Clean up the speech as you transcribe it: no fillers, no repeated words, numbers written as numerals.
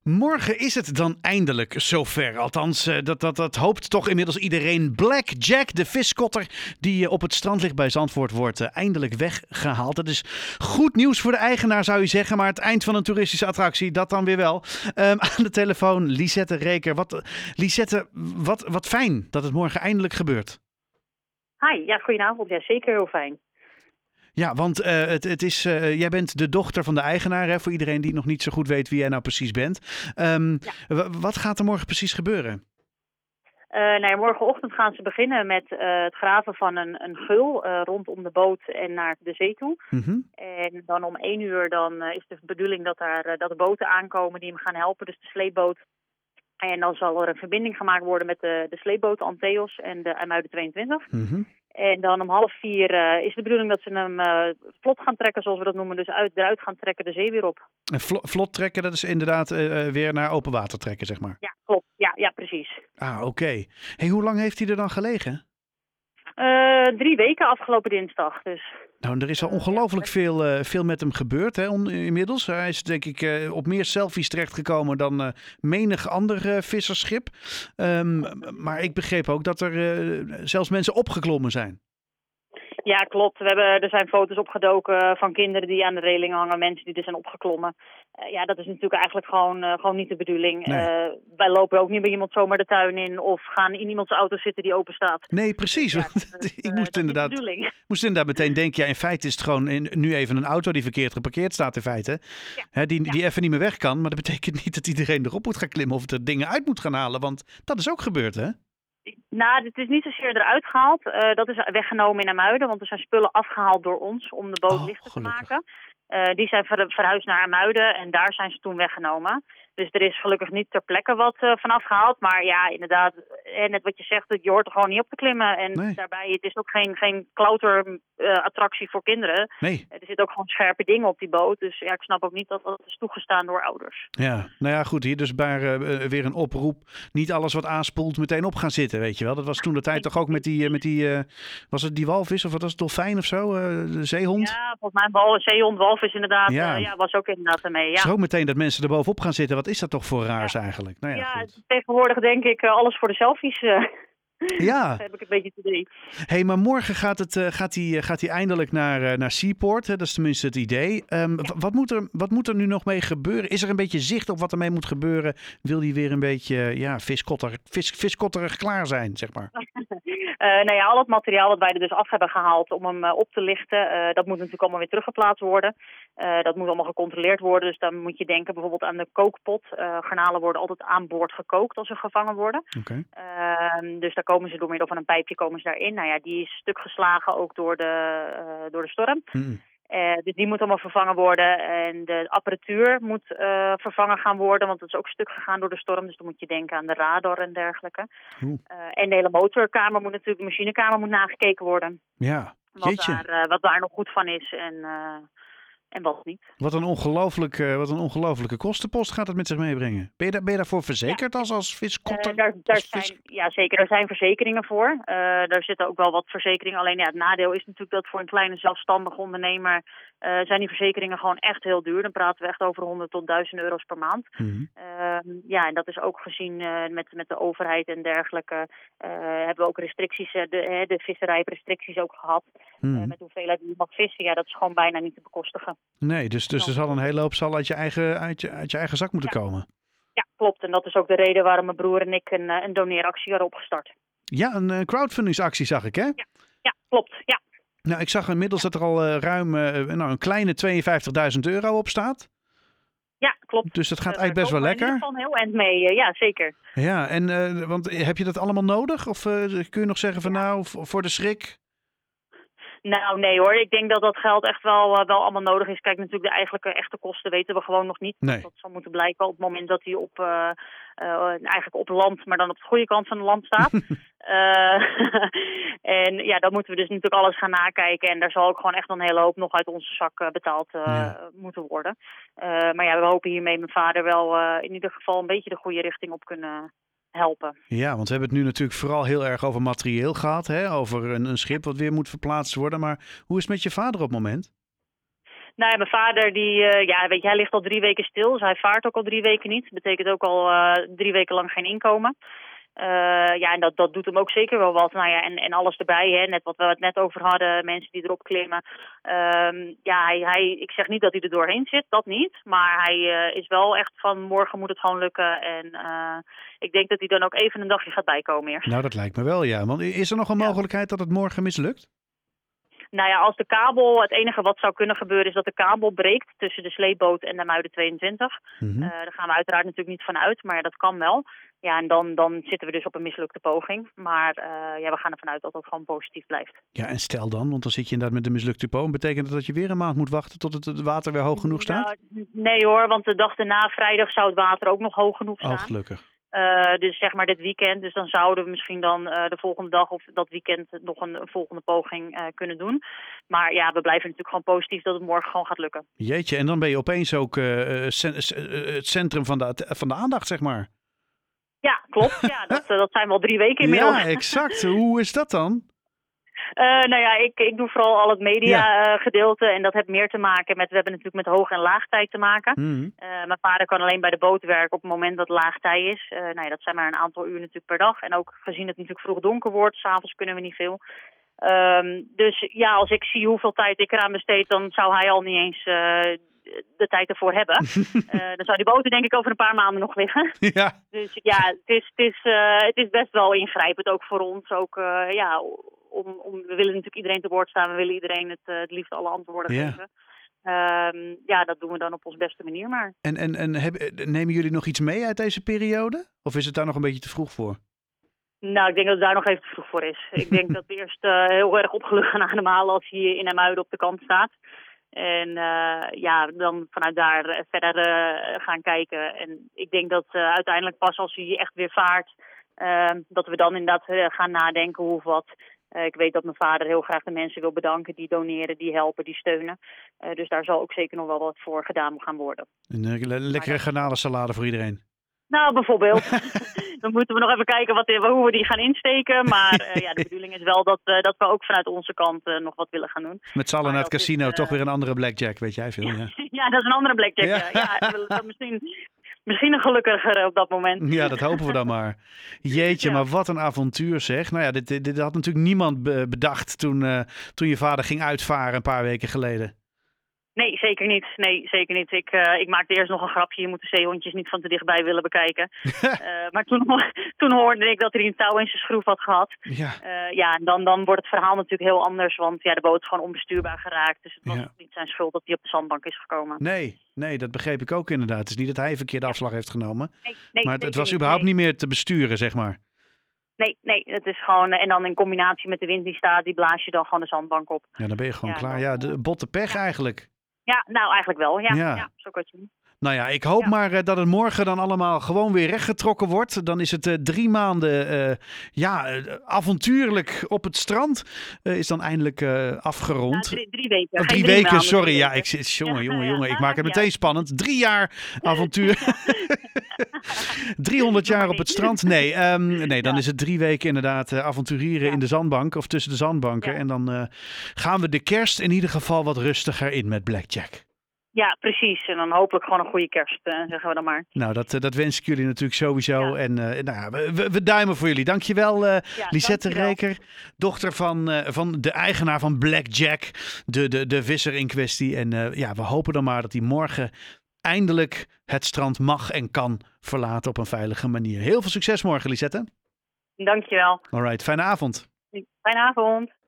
Morgen is het dan eindelijk zover. Althans, dat hoopt toch inmiddels iedereen. Black Jack, de viskotter die op het strand ligt bij Zandvoort, wordt eindelijk weggehaald. Dat is goed nieuws voor de eigenaar, zou je zeggen. Maar het eind van een toeristische attractie, dat dan weer wel. Aan de telefoon Lisette Reker. Lisette, wat fijn dat het morgen eindelijk gebeurt. Hi, ja, goedenavond. Ja, zeker heel fijn. Ja, want het is, jij bent de dochter van de eigenaar, hè, voor iedereen die nog niet zo goed weet wie jij nou precies bent. Wat gaat er morgen precies gebeuren? Morgenochtend gaan ze beginnen met het graven van een geul rondom de boot en naar de zee toe. Mm-hmm. En dan om 1 uur dan is de bedoeling dat de boten aankomen die hem gaan helpen, dus de sleepboot. En dan zal er een verbinding gemaakt worden met de sleepboot Antheos en de IJmuiden 22. Mm-hmm. En dan om 3:30 is de bedoeling dat ze hem vlot gaan trekken, zoals we dat noemen. Dus eruit gaan trekken, de zee weer op. En vlot trekken, dat is inderdaad weer naar open water trekken, zeg maar. Ja, klopt. Ja, precies. Ah, oké. Hey, hoe lang heeft hij er dan gelegen? 3 weken afgelopen dinsdag, dus. Nou, er is al ongelooflijk veel met hem gebeurd, hè, inmiddels. Hij is denk ik op meer selfies terechtgekomen dan menig ander vissersschip. Maar ik begreep ook dat er zelfs mensen opgeklommen zijn. Ja, klopt. Er zijn foto's opgedoken van kinderen die aan de reling hangen, mensen die er zijn opgeklommen. Dat is natuurlijk eigenlijk gewoon niet de bedoeling. Nee. Wij lopen ook niet bij iemand zomaar de tuin in of gaan in iemands auto zitten die open staat. Nee, precies. Ja, Ik moest inderdaad meteen denken, ja, in feite is het gewoon nu even een auto die verkeerd geparkeerd staat in feite. Ja. Hè, die even niet meer weg kan, maar dat betekent niet dat iedereen erop moet gaan klimmen of er dingen uit moet gaan halen, want dat is ook gebeurd, hè? Nou, het is niet zozeer eruit gehaald. Dat is weggenomen in IJmuiden, want er zijn spullen afgehaald door ons om de boot lichter te maken. Die zijn verhuisd naar IJmuiden en daar zijn ze toen weggenomen. Dus er is gelukkig niet ter plekke wat vanaf gehaald. Maar ja, inderdaad, net wat je zegt, je hoort er gewoon niet op te klimmen. En daarbij, het is ook geen klauterattractie voor kinderen. Nee. Er zitten ook gewoon scherpe dingen op die boot. Dus ja, ik snap ook niet dat dat is toegestaan door ouders. Ja, nou ja, goed, hier dus weer een oproep. Niet alles wat aanspoelt meteen op gaan zitten, weet je wel. Dat was toen de tijd toch ook met die was het die walvis of wat was het, dolfijn of zo? De zeehond? Ja, volgens mij zeehond, walvis inderdaad. Ja. Was ook inderdaad ermee. Ja. Het is ook meteen dat mensen er bovenop gaan zitten. Wat is dat toch voor raars eigenlijk? Nou ja, tegenwoordig denk ik alles voor de selfies. Ja. heb ik een beetje te doen. Hey, maar morgen gaat hij eindelijk naar Seaport. Hè? Dat is tenminste het idee. Wat moet er nu nog mee gebeuren? Is er een beetje zicht op wat ermee moet gebeuren? Wil hij weer een beetje viskotterig klaar zijn, zeg maar? Al het materiaal wat wij er dus af hebben gehaald om hem op te lichten, dat moet natuurlijk allemaal weer teruggeplaatst worden. Dat moet allemaal gecontroleerd worden. Dus dan moet je denken bijvoorbeeld aan de kookpot. Garnalen worden altijd aan boord gekookt als ze gevangen worden. Okay. Dus daar komen ze door middel van een pijpje daarin. Nou ja, die is stuk geslagen ook door de storm. Mm. Dus die moet allemaal vervangen worden. En de apparatuur moet vervangen gaan worden, want dat is ook stuk gegaan door de storm. Dus dan moet je denken aan de radar en dergelijke. En de hele motorkamer moet natuurlijk, de machinekamer moet nagekeken worden. Ja, wat daar nog goed van is en wat niet. Wat een ongelofelijke kostenpost gaat het met zich meebrengen. Ben je daarvoor verzekerd als viskotter? Zeker. Er zijn verzekeringen voor. Daar zitten ook wel wat verzekeringen. Alleen ja, het nadeel is natuurlijk dat voor een kleine zelfstandige ondernemer zijn die verzekeringen gewoon echt heel duur. Dan praten we echt over 100 tot 1000 euro's per maand. Mm-hmm. En dat is ook gezien met de overheid en dergelijke. Hebben we ook restricties, de visserijrestricties ook gehad. Mm-hmm. Met hoeveelheid je mag vissen. Ja, dat is gewoon bijna niet te bekostigen. Nee, dus er zal een hele hoop uit je eigen zak moeten komen. Ja, klopt. En dat is ook de reden waarom mijn broer en ik een doneeractie hadden opgestart. Ja, een crowdfundingsactie zag ik, hè? Ja, klopt. Ja. Nou, ik zag inmiddels dat er al ruim een kleine €52.000 op staat. Ja, klopt. Dus dat gaat eigenlijk best wel lekker. Ik van heel eind mee, ja, zeker. Ja, en want heb je dat allemaal nodig? Of kun je nog zeggen van voor de schrik? Nou, nee hoor. Ik denk dat geld echt wel allemaal nodig is. Kijk, natuurlijk de eigenlijke echte kosten weten we gewoon nog niet. Nee. Dat zal moeten blijken op het moment dat hij eigenlijk op land, maar dan op de goede kant van het land staat. En ja, dan moeten we dus natuurlijk alles gaan nakijken. En daar zal ook gewoon echt een hele hoop nog uit onze zak betaald moeten worden. Maar ja, we hopen hiermee mijn vader wel in ieder geval een beetje de goede richting op kunnen helpen. Ja, want we hebben het nu natuurlijk vooral heel erg over materieel gehad. Hè? Over een schip wat weer moet verplaatst worden. Maar hoe is het met je vader op het moment? Nou ja, mijn vader, weet je, hij ligt al 3 weken stil. Dus hij vaart ook al 3 weken niet. Dat betekent ook al 3 weken lang geen inkomen. En dat doet hem ook zeker wel wat. Nou ja, en alles erbij, hè, net wat we het net over hadden, mensen die erop klimmen. Ik zeg niet dat hij er doorheen zit, dat niet. Maar hij is wel echt van morgen moet het gewoon lukken. En ik denk dat hij dan ook even een dagje gaat bijkomen eerst. Nou, dat lijkt me wel, ja. Want is er nog een mogelijkheid dat het morgen mislukt? Nou ja, als de kabel, het enige wat zou kunnen gebeuren is dat de kabel breekt tussen de sleepboot en de Muiden 22. Daar gaan we uiteraard natuurlijk niet van uit, maar dat kan wel. Ja, en dan zitten we dus op een mislukte poging. Maar we gaan ervan uit dat dat gewoon positief blijft. Ja, en stel dan, want dan zit je inderdaad met een mislukte poging. Betekent dat je weer een maand moet wachten tot het water weer hoog genoeg staat? Nee hoor, want de dag daarna, vrijdag, zou het water ook nog hoog genoeg staan. Oh, gelukkig. Dus zeg maar dit weekend. Dus dan zouden we misschien dan de volgende dag of dat weekend nog een volgende poging kunnen doen. Maar ja, we blijven natuurlijk gewoon positief dat het morgen gewoon gaat lukken. Jeetje, en dan ben je opeens ook het centrum van de aandacht, zeg maar. Ja, klopt. Ja, dat zijn wel 3 weken inmiddels. Ja, exact. Hoe is dat dan? Ik doe vooral al het media gedeelte en dat heeft meer te maken met, we hebben natuurlijk met hoog- en laagtij te maken. Mijn vader kan alleen bij de boot werken op het moment dat laagtij is. Dat zijn maar een aantal uur natuurlijk per dag. En ook gezien het natuurlijk vroeg donker wordt, 's avonds kunnen we niet veel. Dus ja, als ik zie hoeveel tijd ik eraan besteed, dan zou hij al niet eens de tijd ervoor hebben. Dan zou die boten denk ik over een paar maanden nog liggen. Ja. Dus ja, het is best wel ingrijpend ook voor ons. Ook we willen natuurlijk iedereen te woord staan. We willen iedereen het liefst alle antwoorden geven. Dat doen we dan op onze beste manier maar. En nemen jullie nog iets mee uit deze periode? Of is het daar nog een beetje te vroeg voor? Nou, ik denk dat het daar nog even te vroeg voor is. Ik denk dat we eerst heel erg opgelucht gaan ademhalen als hij in IJmuiden op de kant staat. En dan vanuit daar verder gaan kijken. En ik denk dat uiteindelijk pas als hij echt weer vaart, dat we dan inderdaad gaan nadenken hoe of wat. Ik weet dat mijn vader heel graag de mensen wil bedanken die doneren, die helpen, die steunen. Dus daar zal ook zeker nog wel wat voor gedaan gaan worden. Een lekkere garnalensalade voor iedereen. Nou, bijvoorbeeld. Dan moeten we nog even kijken hoe we die gaan insteken. Maar de bedoeling is wel dat we ook vanuit onze kant nog wat willen gaan doen. Met z'n allen naar het casino, toch weer een andere blackjack, weet jij veel. Ja, ja dat is een andere blackjack. Ja, misschien een gelukkiger op dat moment. Ja, dat hopen we dan maar. Jeetje, maar wat een avontuur zeg. Nou ja, dit had natuurlijk niemand bedacht toen je vader ging uitvaren een paar weken geleden. Nee, zeker niet. Ik maakte eerst nog een grapje. Je moet de zeehondjes niet van te dichtbij willen bekijken. Maar toen hoorde ik dat hij een touw in zijn schroef had gehad. En dan wordt het verhaal natuurlijk heel anders. Want de boot is gewoon onbestuurbaar geraakt. Dus het was niet zijn schuld dat hij op de zandbank is gekomen. Nee, dat begreep ik ook inderdaad. Het is niet dat hij een verkeerde afslag heeft genomen. Nee, maar het was überhaupt niet meer te besturen, zeg maar. Nee, het is gewoon... En dan in combinatie met de wind die staat, die blaas je dan gewoon de zandbank op. Ja, dan ben je gewoon klaar. Ja, de botte pech eigenlijk. Ja, nou eigenlijk wel. Ja, zo kan je doen. Nou ja, ik hoop maar dat het morgen dan allemaal gewoon weer rechtgetrokken wordt. Dan is het 3 maanden avontuurlijk op het strand. Is dan eindelijk afgerond. 3 weken. 3 weken, sorry. Ja, jongen. Ik maak het meteen spannend. 3 jaar avontuur. 300 jaar op het strand. Nee, dan is het 3 weken inderdaad avonturieren in de zandbank of tussen de zandbanken. En dan gaan we de kerst in ieder geval wat rustiger in met Blackjack. Ja, precies. En dan hopelijk gewoon een goede kerst, zeggen we dan maar. Nou, dat wens ik jullie natuurlijk sowieso. Ja. En we duimen voor jullie. Dankjewel, Lisette Reker, dochter van de eigenaar van Blackjack, de visser in kwestie. En we hopen dan maar dat hij morgen eindelijk het strand mag en kan verlaten op een veilige manier. Heel veel succes morgen, Lisette. Dankjewel. Alright, fijne avond. Fijne avond.